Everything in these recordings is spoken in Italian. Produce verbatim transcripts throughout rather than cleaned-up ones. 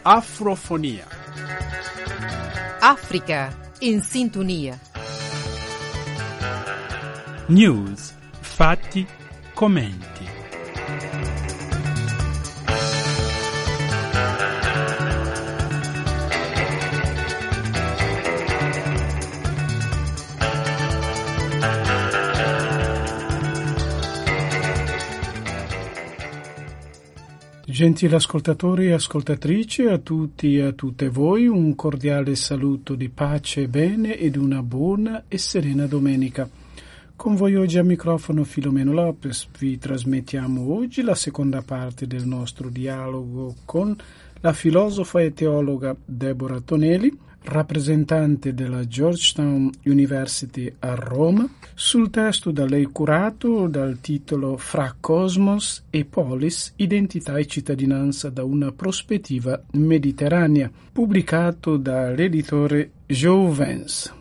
Afrofonia. Africa in sintonia. News, fatti, commenti. Gentili ascoltatori e ascoltatrici, a tutti e a tutte voi un cordiale saluto di pace e bene ed una buona e serena domenica. Con voi oggi al microfono Filomeno Lopez. Vi trasmettiamo oggi la seconda parte del nostro dialogo con la filosofa e teologa Deborah Tonelli, rappresentante della Georgetown University a Roma, sul testo da lei curato dal titolo Fra Cosmos e Polis, identità e cittadinanza da una prospettiva mediterranea, pubblicato dall'editore Jouvence.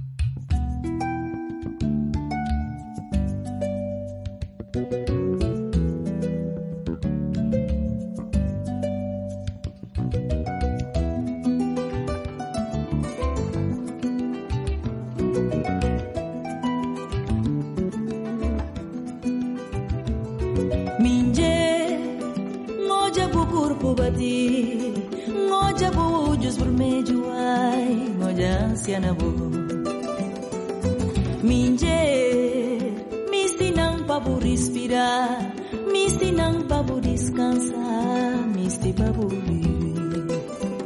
Minje, misti nang pabu respirar, misti nang pabu descansar, misti pabu viver.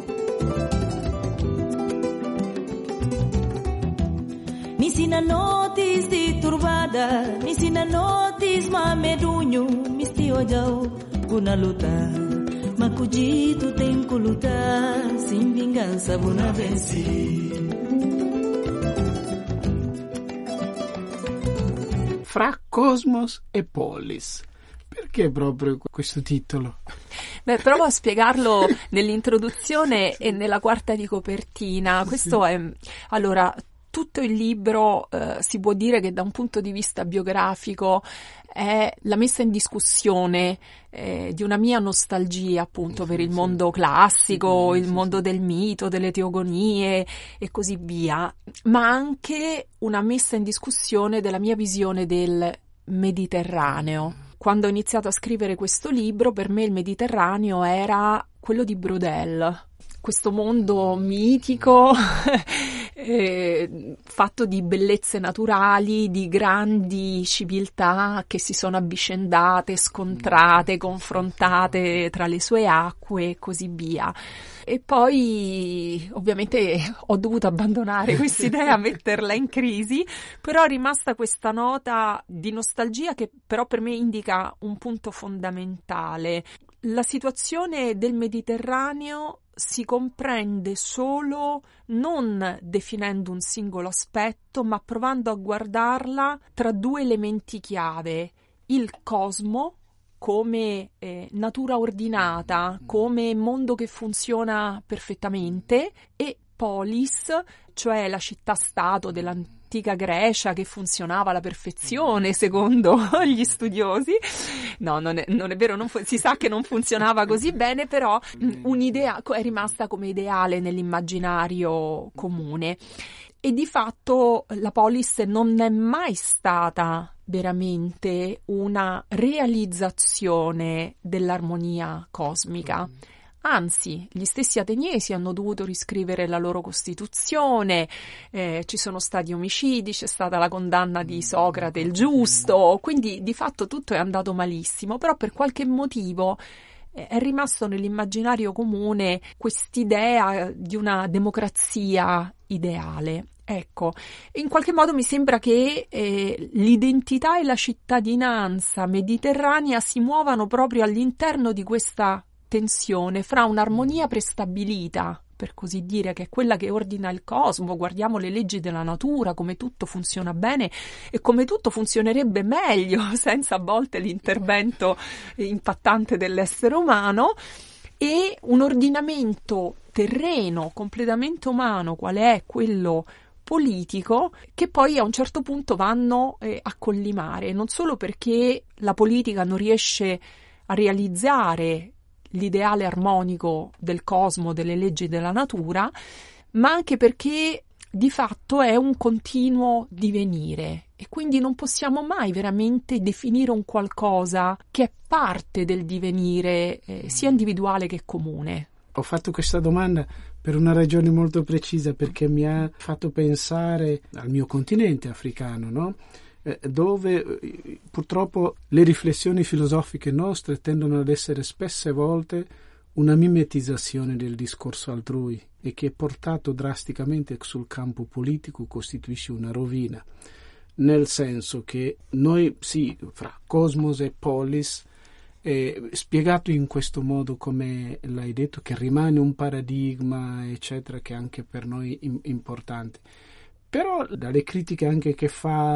Misti na notis di turbada, misti na notis ma medunho, misti ojau guna luta, macujito tem que lutar, sem vingança buna vencer. Fra Cosmos e Polis. Perché proprio questo titolo? Beh, provo a spiegarlo nell'introduzione e nella quarta di copertina. Questo sì. è... Allora, tutto il libro eh, si può dire che da un punto di vista biografico è la messa in discussione eh, di una mia nostalgia appunto per il mondo classico, il mondo del mito, delle teogonie e così via, ma anche una messa in discussione della mia visione del Mediterraneo. Quando ho iniziato a scrivere questo libro, per me il Mediterraneo era quello di Braudel, questo mondo mitico eh, fatto di bellezze naturali, di grandi civiltà che si sono avvicendate, scontrate, confrontate tra le sue acque e così via. E poi ovviamente ho dovuto abbandonare quest'idea, metterla in crisi, però è rimasta questa nota di nostalgia che però per me indica un punto fondamentale. La situazione del Mediterraneo si comprende solo non definendo un singolo aspetto, ma provando a guardarla tra due elementi chiave: il cosmo come eh, natura ordinata, come mondo che funziona perfettamente, e polis, cioè la città-stato dell'antica Grecia che funzionava alla perfezione secondo gli studiosi. No, non è, non è vero, non fu- si sa che non funzionava così bene, però mh, un'idea è rimasta come ideale nell'immaginario comune. E di fatto la polis non è mai stata veramente una realizzazione dell'armonia cosmica. Anzi, gli stessi ateniesi hanno dovuto riscrivere la loro Costituzione, eh, ci sono stati omicidi, c'è stata la condanna di Socrate il Giusto, quindi di fatto tutto è andato malissimo, però per qualche motivo eh, è rimasto nell'immaginario comune quest'idea di una democrazia ideale. Ecco, in qualche modo mi sembra che eh, l'identità e la cittadinanza mediterranea si muovano proprio all'interno di questa tensione fra un'armonia prestabilita, per così dire, che è quella che ordina il cosmo. Guardiamo le leggi della natura, come tutto funziona bene e come tutto funzionerebbe meglio senza a volte l'intervento impattante dell'essere umano, e un ordinamento terreno completamente umano, quale è quello politico, che poi a un certo punto vanno eh, a collimare, non solo perché la politica non riesce a realizzare l'ideale armonico del cosmo, delle leggi della natura, ma anche perché di fatto è un continuo divenire e quindi non possiamo mai veramente definire un qualcosa che è parte del divenire eh, sia individuale che comune. Ho fatto questa domanda per una ragione molto precisa, perché mi ha fatto pensare al mio continente africano, no? Eh, dove eh, purtroppo le riflessioni filosofiche nostre tendono ad essere spesse volte una mimetizzazione del discorso altrui e che, portato drasticamente sul campo politico, costituisce una rovina, nel senso che noi, sì, fra cosmos e polis, eh, spiegato in questo modo come l'hai detto, che rimane un paradigma, eccetera, che è anche per noi im- importante. Però dalle critiche anche che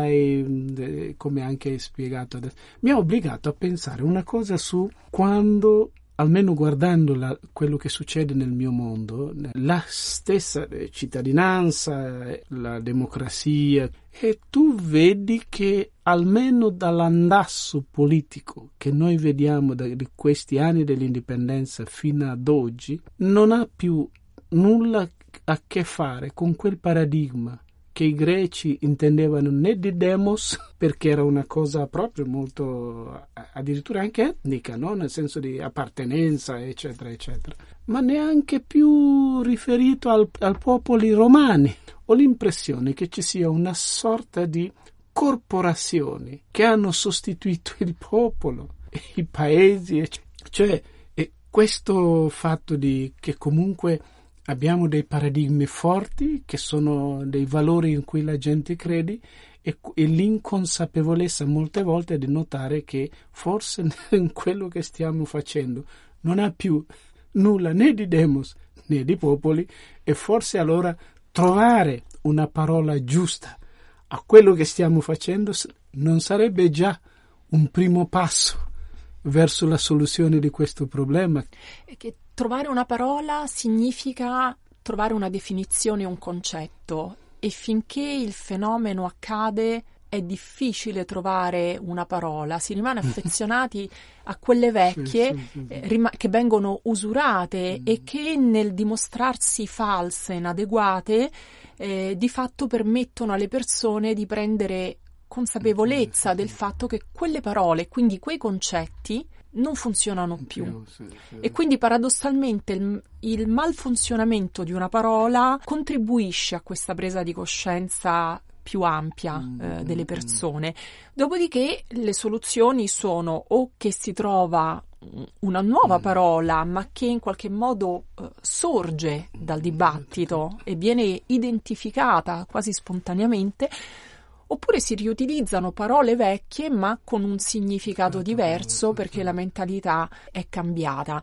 fai, come anche spiegato adesso, mi ha obbligato a pensare una cosa su quando, almeno guardando la, quello che succede nel mio mondo, la stessa cittadinanza, la democrazia, e tu vedi che almeno dall'andasso politico che noi vediamo da questi anni dell'indipendenza fino ad oggi, non ha più nulla a che fare con quel paradigma che i greci intendevano né di demos, perché era una cosa proprio molto addirittura anche etnica, no? Nel senso di appartenenza, eccetera, eccetera, ma neanche più riferito al, al popoli romani. Ho l'impressione che ci sia una sorta di corporazioni che hanno sostituito il popolo, i paesi, eccetera. Cioè, e questo fatto di che comunque abbiamo dei paradigmi forti, che sono dei valori in cui la gente crede, e, e l'inconsapevolezza molte volte di notare che forse in quello che stiamo facendo non ha più nulla né di demos né di popoli, e forse allora trovare una parola giusta a quello che stiamo facendo non sarebbe già un primo passo verso la soluzione di questo problema. Che trovare una parola significa trovare una definizione, un concetto, e finché il fenomeno accade è difficile trovare una parola, si rimane affezionati a quelle vecchie sì, sì, sì. Eh, rim- che vengono usurate mm. e che nel dimostrarsi false, inadeguate, eh, di fatto permettono alle persone di prendere consapevolezza del fatto che quelle parole, quindi quei concetti, non funzionano più. Sì, sì. E quindi paradossalmente il, il malfunzionamento di una parola contribuisce a questa presa di coscienza più ampia mm, eh, delle persone. Dopodiché le soluzioni sono o che si trova una nuova mm. parola, ma che in qualche modo eh, sorge dal dibattito e viene identificata quasi spontaneamente, oppure si riutilizzano parole vecchie ma con un significato diverso perché la mentalità è cambiata.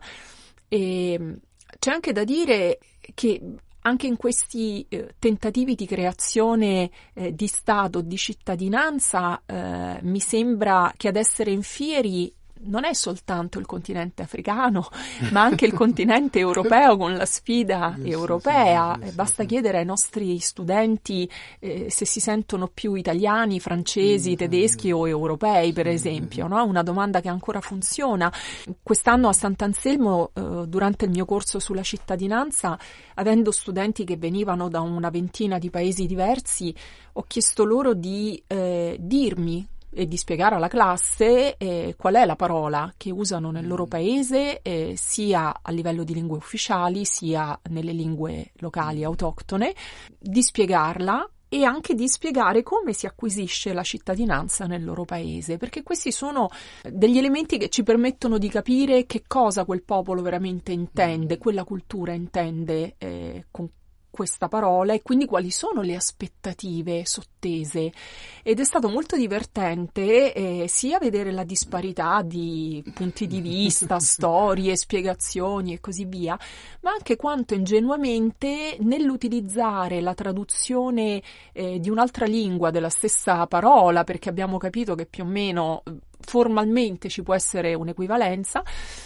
E c'è anche da dire che anche in questi eh, tentativi di creazione eh, di Stato, di cittadinanza, eh, mi sembra che ad essere in fieri non è soltanto il continente africano, ma anche il continente europeo con la sfida europea. Basta chiedere ai nostri studenti eh, se si sentono più italiani, francesi, tedeschi o europei, per esempio, no? Una domanda che ancora funziona. Quest'anno a Sant'Anselmo, eh, durante il mio corso sulla cittadinanza, avendo studenti che venivano da una ventina di paesi diversi, ho chiesto loro di eh, dirmi e di spiegare alla classe eh, qual è la parola che usano nel loro paese, eh, sia a livello di lingue ufficiali sia nelle lingue locali autoctone, di spiegarla e anche di spiegare come si acquisisce la cittadinanza nel loro paese, perché questi sono degli elementi che ci permettono di capire che cosa quel popolo veramente intende, quella cultura intende eh, con questa parola, e quindi quali sono le aspettative sottese. Ed è stato molto divertente eh, sia vedere la disparità di punti di vista, storie, spiegazioni e così via, ma anche quanto ingenuamente nell'utilizzare la traduzione eh, di un'altra lingua della stessa parola, perché abbiamo capito che più o meno formalmente ci può essere un'equivalenza,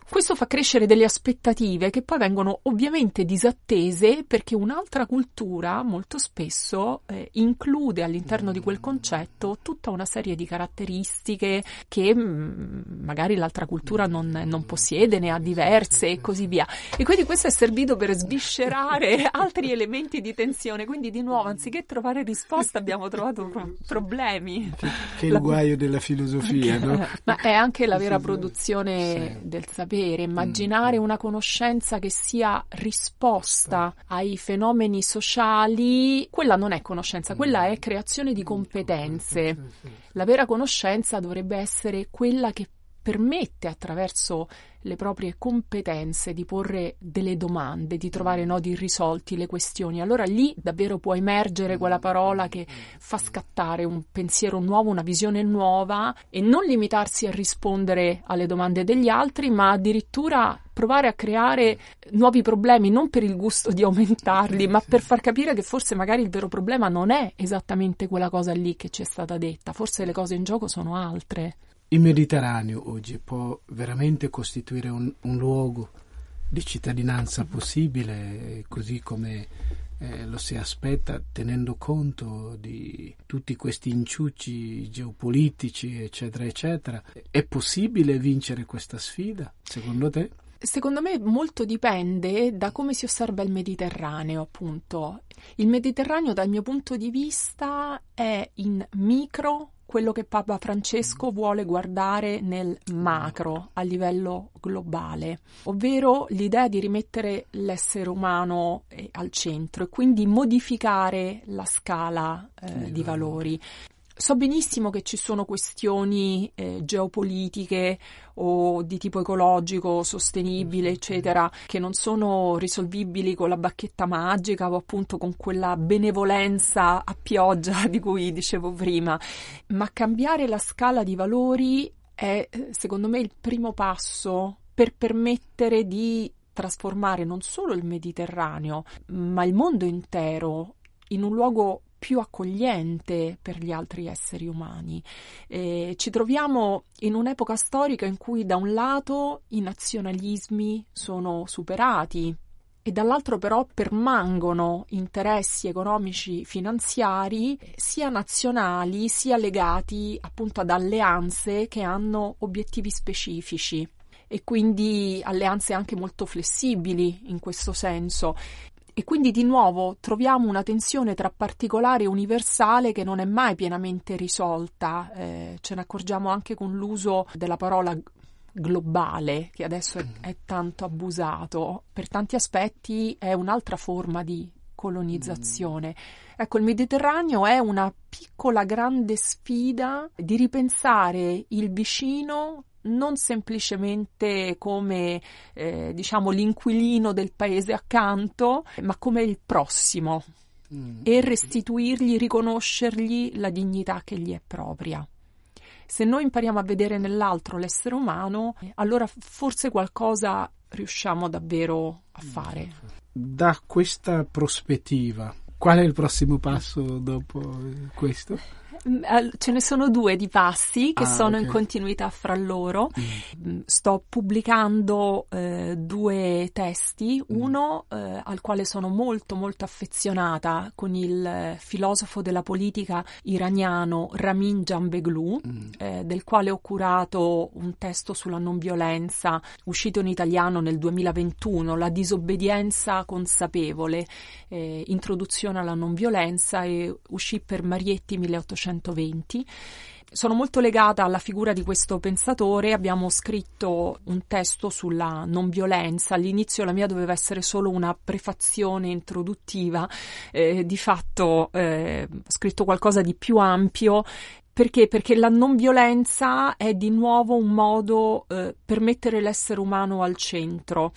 questo fa crescere delle aspettative che poi vengono ovviamente disattese, perché un'altra cultura molto spesso eh, include all'interno di quel concetto tutta una serie di caratteristiche che mh, magari l'altra cultura non, non possiede, ne ha diverse e così via. E quindi questo è servito per sviscerare altri elementi di tensione. Quindi di nuovo, anziché trovare risposte, abbiamo trovato pro- problemi. Che, che il guaio della filosofia, no? Ma è anche la vera produzione sì. del sapere. Immaginare una conoscenza che sia risposta ai fenomeni sociali, quella non è conoscenza, quella è creazione di competenze. La vera conoscenza dovrebbe essere quella che permette, attraverso le proprie competenze, di porre delle domande, di trovare nodi irrisolti, le questioni. Allora lì davvero può emergere quella parola che fa scattare un pensiero nuovo, una visione nuova, e non limitarsi a rispondere alle domande degli altri, ma addirittura provare a creare nuovi problemi, non per il gusto di aumentarli, ma per far capire che forse magari il vero problema non è esattamente quella cosa lì che ci è stata detta, forse le cose in gioco sono altre. Il Mediterraneo oggi può veramente costituire un, un luogo di cittadinanza possibile, così come eh, lo si aspetta, tenendo conto di tutti questi inciuci geopolitici, eccetera, eccetera. È possibile vincere questa sfida, secondo te? Secondo me molto dipende da come si osserva il Mediterraneo, appunto. Il Mediterraneo, dal mio punto di vista, è in micro quello che Papa Francesco vuole guardare nel macro, a livello globale, ovvero l'idea di rimettere l'essere umano eh, al centro e quindi modificare la scala eh, di valori. So benissimo che ci sono questioni eh, geopolitiche o di tipo ecologico, sostenibile, eccetera, che non sono risolvibili con la bacchetta magica o appunto con quella benevolenza a pioggia di cui dicevo prima. Ma cambiare la scala di valori è, secondo me, il primo passo per permettere di trasformare non solo il Mediterraneo, ma il mondo intero in un luogo più accogliente per gli altri esseri umani. Eh, ci troviamo in un'epoca storica in cui da un lato i nazionalismi sono superati e dall'altro però permangono interessi economici finanziari sia nazionali sia legati appunto ad alleanze che hanno obiettivi specifici e quindi alleanze anche molto flessibili in questo senso. E quindi di nuovo troviamo una tensione tra particolare e universale che non è mai pienamente risolta. Eh, ce ne accorgiamo anche con l'uso della parola globale, che adesso è, è tanto abusato. Per tanti aspetti è un'altra forma di colonizzazione. Ecco, il Mediterraneo è una piccola grande sfida di ripensare il vicino non semplicemente come eh, diciamo l'inquilino del paese accanto, ma come il prossimo mm. e restituirgli, riconoscergli la dignità che gli è propria. Se noi impariamo a vedere nell'altro l'essere umano, allora forse qualcosa riusciamo davvero a fare. Da questa prospettiva, qual è il prossimo passo dopo questo? Ce ne sono due di passi che ah, sono okay. in continuità fra loro. Mm. Sto pubblicando eh, due testi, mm. uno eh, al quale sono molto molto affezionata, con il eh, filosofo della politica iraniano Ramin Janbeglu, mm. eh, del quale ho curato un testo sulla non violenza uscito in italiano nel duemilaventuno, La disobbedienza consapevole, eh, introduzione alla non violenza, e uscì per Marietti milleottocentoventi. Sono molto legata alla figura di questo pensatore. Abbiamo scritto un testo sulla non violenza. All'inizio la mia doveva essere solo una prefazione introduttiva, eh, di fatto eh, ho scritto qualcosa di più ampio. Perché? Perché la non violenza è di nuovo un modo eh, per mettere l'essere umano al centro.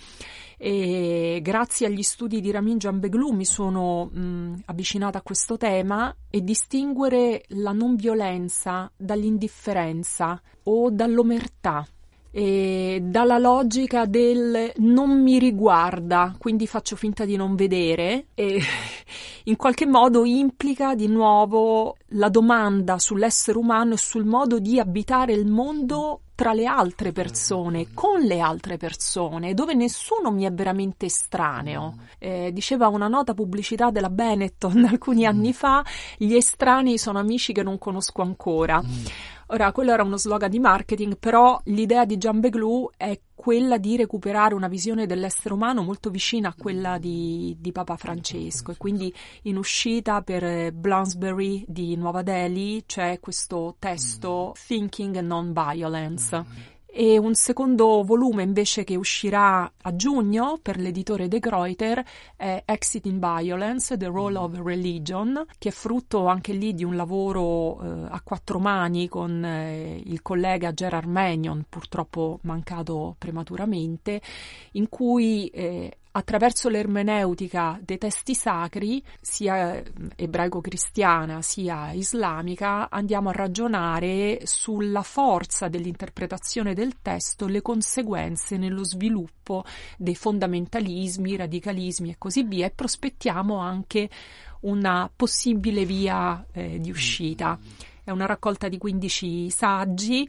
E grazie agli studi di Ramin Janbeglu mi sono mh, avvicinata a questo tema, e distinguere la non violenza dall'indifferenza o dall'omertà, e dalla logica del non mi riguarda, quindi faccio finta di non vedere, e in qualche modo implica di nuovo la domanda sull'essere umano e sul modo di abitare il mondo tra le altre persone, con le altre persone, dove nessuno mi è veramente estraneo. Eh, diceva una nota pubblicità della Benetton alcuni anni fa: gli estranei sono amici che non conosco ancora. Ora, quello era uno slogan di marketing, però l'idea di Jean Beglow è quella di recuperare una visione dell'essere umano molto vicina a quella di, di Papa Francesco, e quindi in uscita per Bloomsbury di Nuova Delhi c'è questo testo Thinking Non-Violence. E un secondo volume invece che uscirà a giugno per l'editore De Gruyter è Exiting Violence, The Role of Religion, che è frutto anche lì di un lavoro eh, a quattro mani con eh, il collega Gerard Mannion, purtroppo mancato prematuramente, in cui eh, attraverso l'ermeneutica dei testi sacri, sia ebraico-cristiana sia islamica, andiamo a ragionare sulla forza dell'interpretazione del testo, le conseguenze nello sviluppo dei fondamentalismi, radicalismi e così via, e prospettiamo anche una possibile via eh, di uscita. È una raccolta di quindici saggi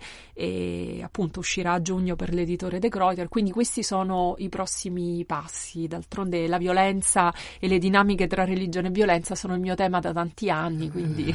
e appunto uscirà a giugno per l'editore De Gruyter, quindi questi sono i prossimi passi. D'altronde la violenza e le dinamiche tra religione e violenza sono il mio tema da tanti anni, quindi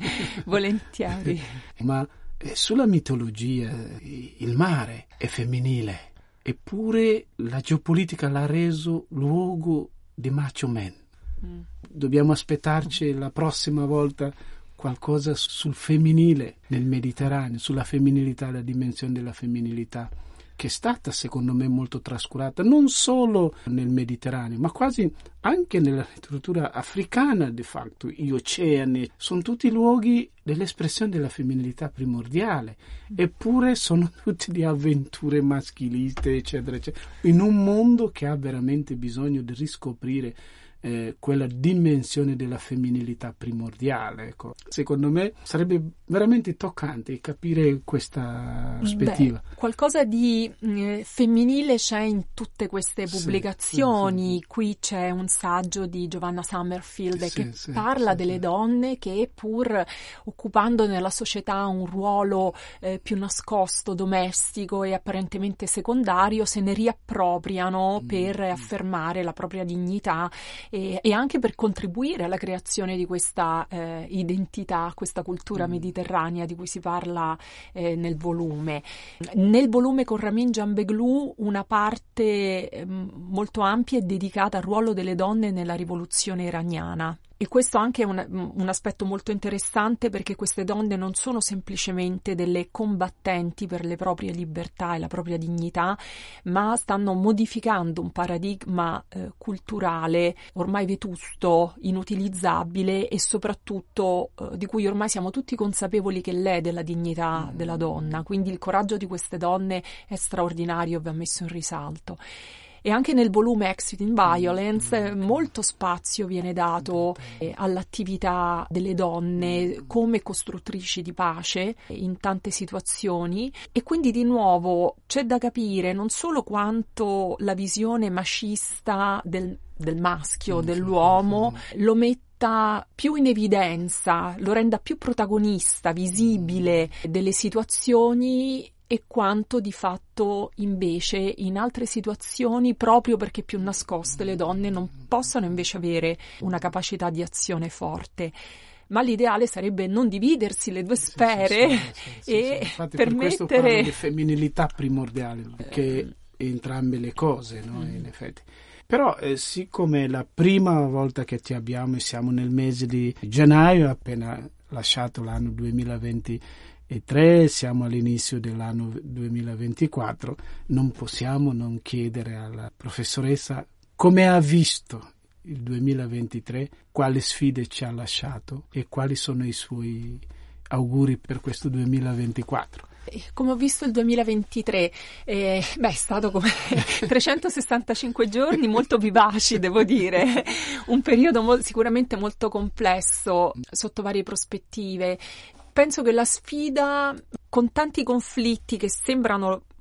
volentieri. Ma eh, sulla mitologia il mare è femminile, eppure la geopolitica l'ha reso luogo di macho men. Mm. Dobbiamo aspettarci la prossima volta qualcosa sul femminile nel Mediterraneo, sulla femminilità, la dimensione della femminilità, che è stata secondo me molto trascurata, non solo nel Mediterraneo, ma quasi anche nella letteratura africana. De facto gli oceani sono tutti luoghi dell'espressione della femminilità primordiale, eppure sono tutti di avventure maschiliste, eccetera, eccetera, in un mondo che ha veramente bisogno di riscoprire Eh, quella dimensione della femminilità primordiale. Ecco. Secondo me sarebbe veramente toccante capire questa prospettiva. Beh, qualcosa di eh, femminile c'è in tutte queste pubblicazioni. Sì, sì, sì. Qui c'è un saggio di Giovanna Summerfield sì, che sì, parla sì, delle sì. donne che, pur occupando nella società un ruolo eh, più nascosto, domestico e apparentemente secondario, se ne riappropriano mm. per affermare la propria dignità E, e anche per contribuire alla creazione di questa eh, identità, questa cultura mm. mediterranea di cui si parla eh, nel volume. Nel volume con Ramin Janbeglu una parte eh, molto ampia è dedicata al ruolo delle donne nella rivoluzione iraniana. E questo anche è un, un aspetto molto interessante, perché queste donne non sono semplicemente delle combattenti per le proprie libertà e la propria dignità, ma stanno modificando un paradigma eh, culturale ormai vetusto, inutilizzabile e soprattutto eh, di cui ormai siamo tutti consapevoli che lede la dignità della donna. Quindi il coraggio di queste donne è straordinario e va messo in risalto. E anche nel volume Exiting Violence molto spazio viene dato eh, all'attività delle donne come costruttrici di pace in tante situazioni, e quindi di nuovo c'è da capire non solo quanto la visione macista del, del maschio, dell'uomo, lo metta più in evidenza, lo renda più protagonista, visibile delle situazioni, e quanto di fatto invece in altre situazioni, proprio perché più nascoste, le donne non possano invece avere una capacità di azione forte. Ma l'ideale sarebbe non dividersi le due sfere sì, sì, sì, sì, e sì, sì. permettere... Per questo parlo di femminilità primordiale, che è entrambe le cose, no? Mm. In effetti. Però eh, siccome è la prima volta che ti abbiamo e siamo nel mese di gennaio, appena lasciato l'anno duemilaventitré, siamo all'inizio dell'anno duemilaventiquattro, non possiamo non chiedere alla professoressa come ha visto il duemilaventitré, quali sfide ci ha lasciato e quali sono i suoi auguri per questo duemilaventiquattro. Come ho visto il duemilaventitré, eh, beh, è stato come trecentosessantacinque giorni molto vivaci, devo dire, un periodo mo- sicuramente molto complesso sotto varie prospettive. Penso che la sfida, con tanti conflitti che sembrano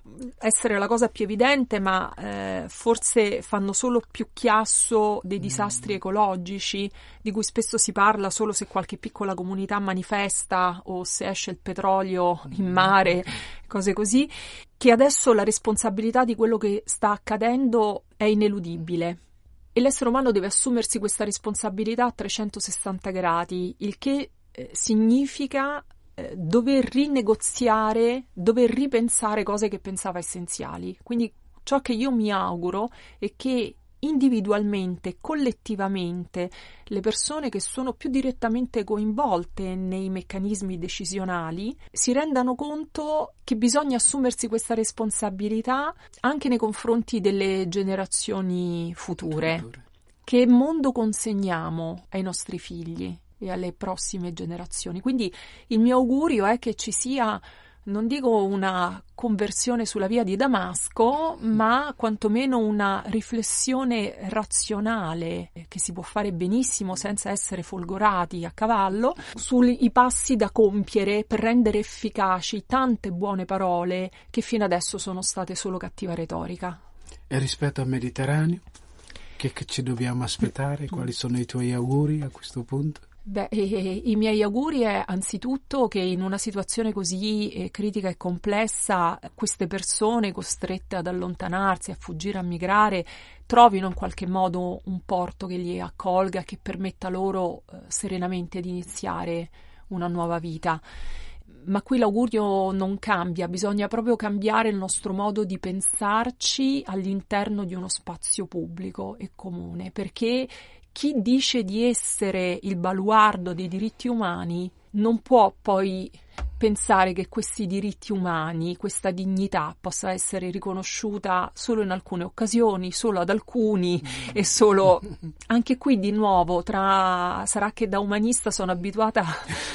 essere la cosa più evidente, ma eh, forse fanno solo più chiasso dei disastri ecologici, di cui spesso si parla solo se qualche piccola comunità manifesta o se esce il petrolio in mare, cose così, che adesso la responsabilità di quello che sta accadendo è ineludibile. E l'essere umano deve assumersi questa responsabilità a trecentosessanta gradi, il che eh, significa eh, dover rinegoziare, dover ripensare cose che pensava essenziali. Quindi ciò che io mi auguro è che individualmente, collettivamente, le persone che sono più direttamente coinvolte nei meccanismi decisionali si rendano conto che bisogna assumersi questa responsabilità anche nei confronti delle generazioni future. future. Che mondo consegniamo ai nostri figli e alle prossime generazioni? Quindi il mio augurio è che ci sia, non dico una conversione sulla via di Damasco, ma quantomeno una riflessione razionale che si può fare benissimo senza essere folgorati a cavallo sui passi da compiere per rendere efficaci tante buone parole che fino adesso sono state solo cattiva retorica. E rispetto al Mediterraneo, che, che ci dobbiamo aspettare? Quali sono i tuoi auguri a questo punto? Beh, eh, i miei auguri è anzitutto che in una situazione così eh, critica e complessa queste persone costrette ad allontanarsi, a fuggire, a migrare, trovino in qualche modo un porto che li accolga, che permetta loro eh, serenamente di iniziare una nuova vita. Ma qui l'augurio non cambia, bisogna proprio cambiare il nostro modo di pensarci all'interno di uno spazio pubblico e comune, perché chi dice di essere il baluardo dei diritti umani non può poi pensare che questi diritti umani, questa dignità possa essere riconosciuca solo in alcune occasioni, solo ad alcuni e solo... Anche qui di nuovo, tra sarà che da umanista sono abituata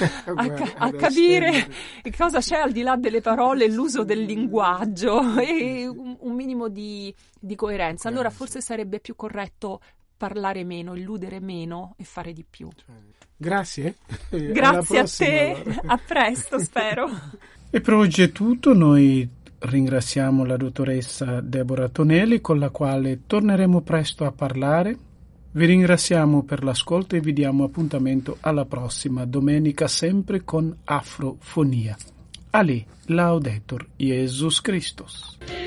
a, ca- a capire cosa c'è al di là delle parole e l'uso del linguaggio e un, un minimo di, di coerenza. Allora forse sarebbe più corretto parlare meno, illudere meno e fare di più. Grazie. Grazie a te, a presto spero. E per oggi è tutto, noi ringraziamo la dottoressa Deborah Tonelli con la quale torneremo presto a parlare. Vi ringraziamo per l'ascolto e vi diamo appuntamento alla prossima domenica sempre con Afrofonia. Ali, Laudetur Jesus Christus.